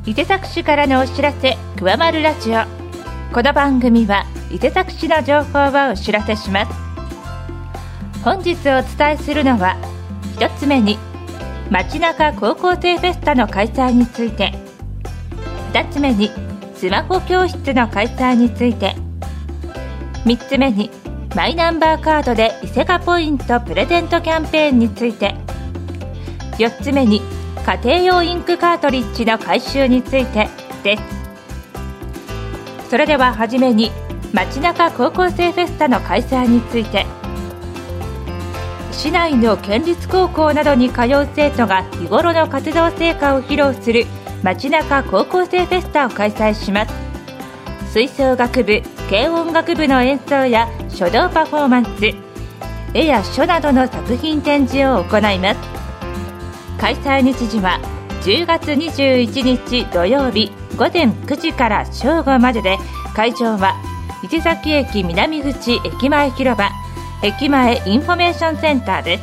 伊勢崎市からのお知らせ、くわまるラジオ。この番組は伊勢崎市の情報をお知らせします。本日お伝えするのは、一つ目に街中高校生フェスタの開催について、二つ目にスマホ教室の開催について、三つ目にマイナンバーカードで伊勢カポイントプレゼントキャンペーンについて、四つ目に家庭用インクカートリッジの回収についてです。それでははじめに街中高校生フェスタの開催について。市内の県立高校などに通う生徒が日頃の活動成果を披露する街中高校生フェスタを開催します。吹奏楽部、軽音楽部の演奏や書道パフォーマンス、絵や書などの作品展示を行います。開催日時は10月21日土曜日午前9時から正午までで、会場は伊勢崎駅南口駅前広場、駅前インフォメーションセンターです。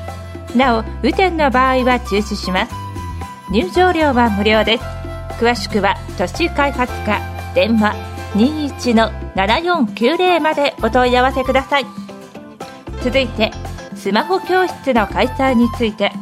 なお、雨天の場合は中止します。入場料は無料です。詳しくは都市開発課電話 21-7490 までお問い合わせください。続いてスマホ教室の開催について。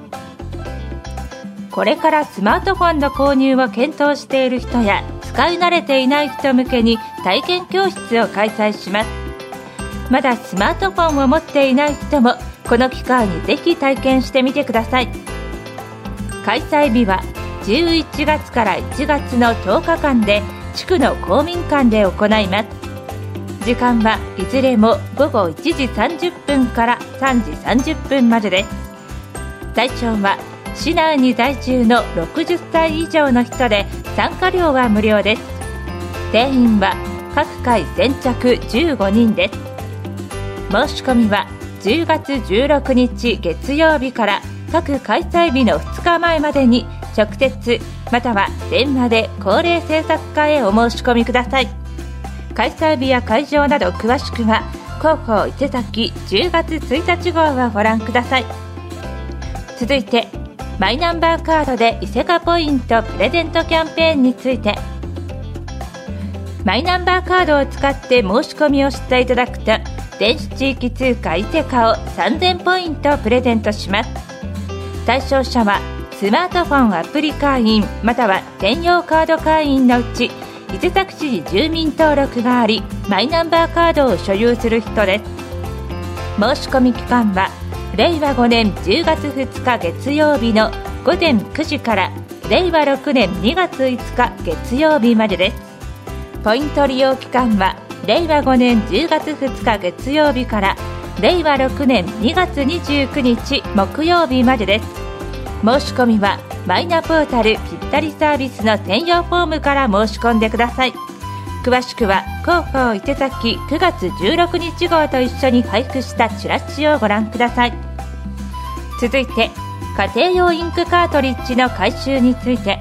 これからスマートフォンの購入を検討している人や使い慣れていない人向けに体験教室を開催します。まだスマートフォンを持っていない人もこの機会にぜひ体験してみてください。開催日は11月から1月の10日間で地区の公民館で行います。時間はいずれも午後1時30分から3時30分までです。対象は市内に在住の60歳以上の人で、参加料は無料です。定員は各回先着15人です。申し込みは10月16日月曜日から各開催日の2日前までに直接または電話で高齢政策課へお申し込みください。開催日や会場など詳しくは広報伊勢崎10月1日号をご覧ください。続いてマイナンバーカードで伊勢カポイントプレゼントキャンペーンについて。マイナンバーカードを使って申し込みをしていただくと、電子地域通貨伊勢カを3000ポイントプレゼントします。対象者はスマートフォンアプリ会員または専用カード会員のうち、伊勢崎市に住民登録がありマイナンバーカードを所有する人です。申し込み期間は令和5年10月2日月曜日の午前9時から令和6年2月5日月曜日までです。ポイント利用期間は令和5年10月2日月曜日から令和6年2月29日木曜日までです。申し込みはマイナポータルぴったりサービスの専用フォームから申し込んでください。詳しくは広報伊勢崎9月16日号と一緒に配布したチラシをご覧ください。続いて家庭用インクカートリッジの回収について。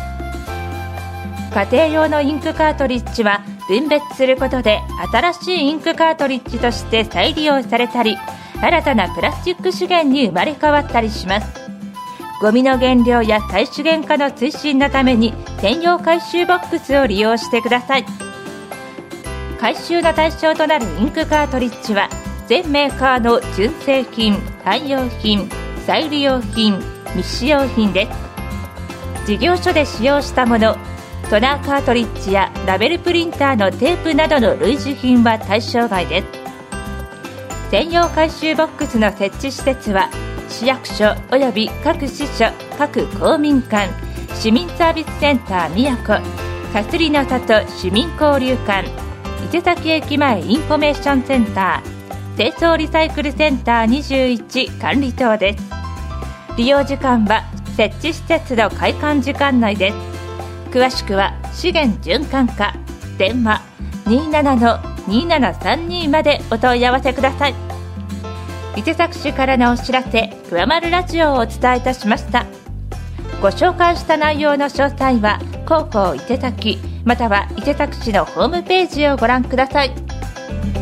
家庭用のインクカートリッジは分別することで新しいインクカートリッジとして再利用されたり、新たなプラスチック資源に生まれ変わったりします。ゴミの減量や再資源化の推進のために専用回収ボックスを利用してください。回収の対象となるインクカートリッジは全メーカーの純正品、汎用品、再利用品、未使用品です。事業所で使用したもの、トナーカートリッジやラベルプリンターのテープなどの類似品は対象外です。専用回収ボックスの設置施設は市役所および各支所、各公民館、市民サービスセンター宮古、かすりの里市民交流館、伊勢崎駅前インフォメーションセンター、清掃リサイクルセンター21管理棟です。利用時間は設置施設の開館時間内です。詳しくは資源循環課電話 27-2732 までお問い合わせください。伊勢崎市からのお知らせ、くわまるラジオをお伝えいたしました。ご紹介した内容の詳細は広報伊勢崎または伊勢崎市のホームページをご覧ください。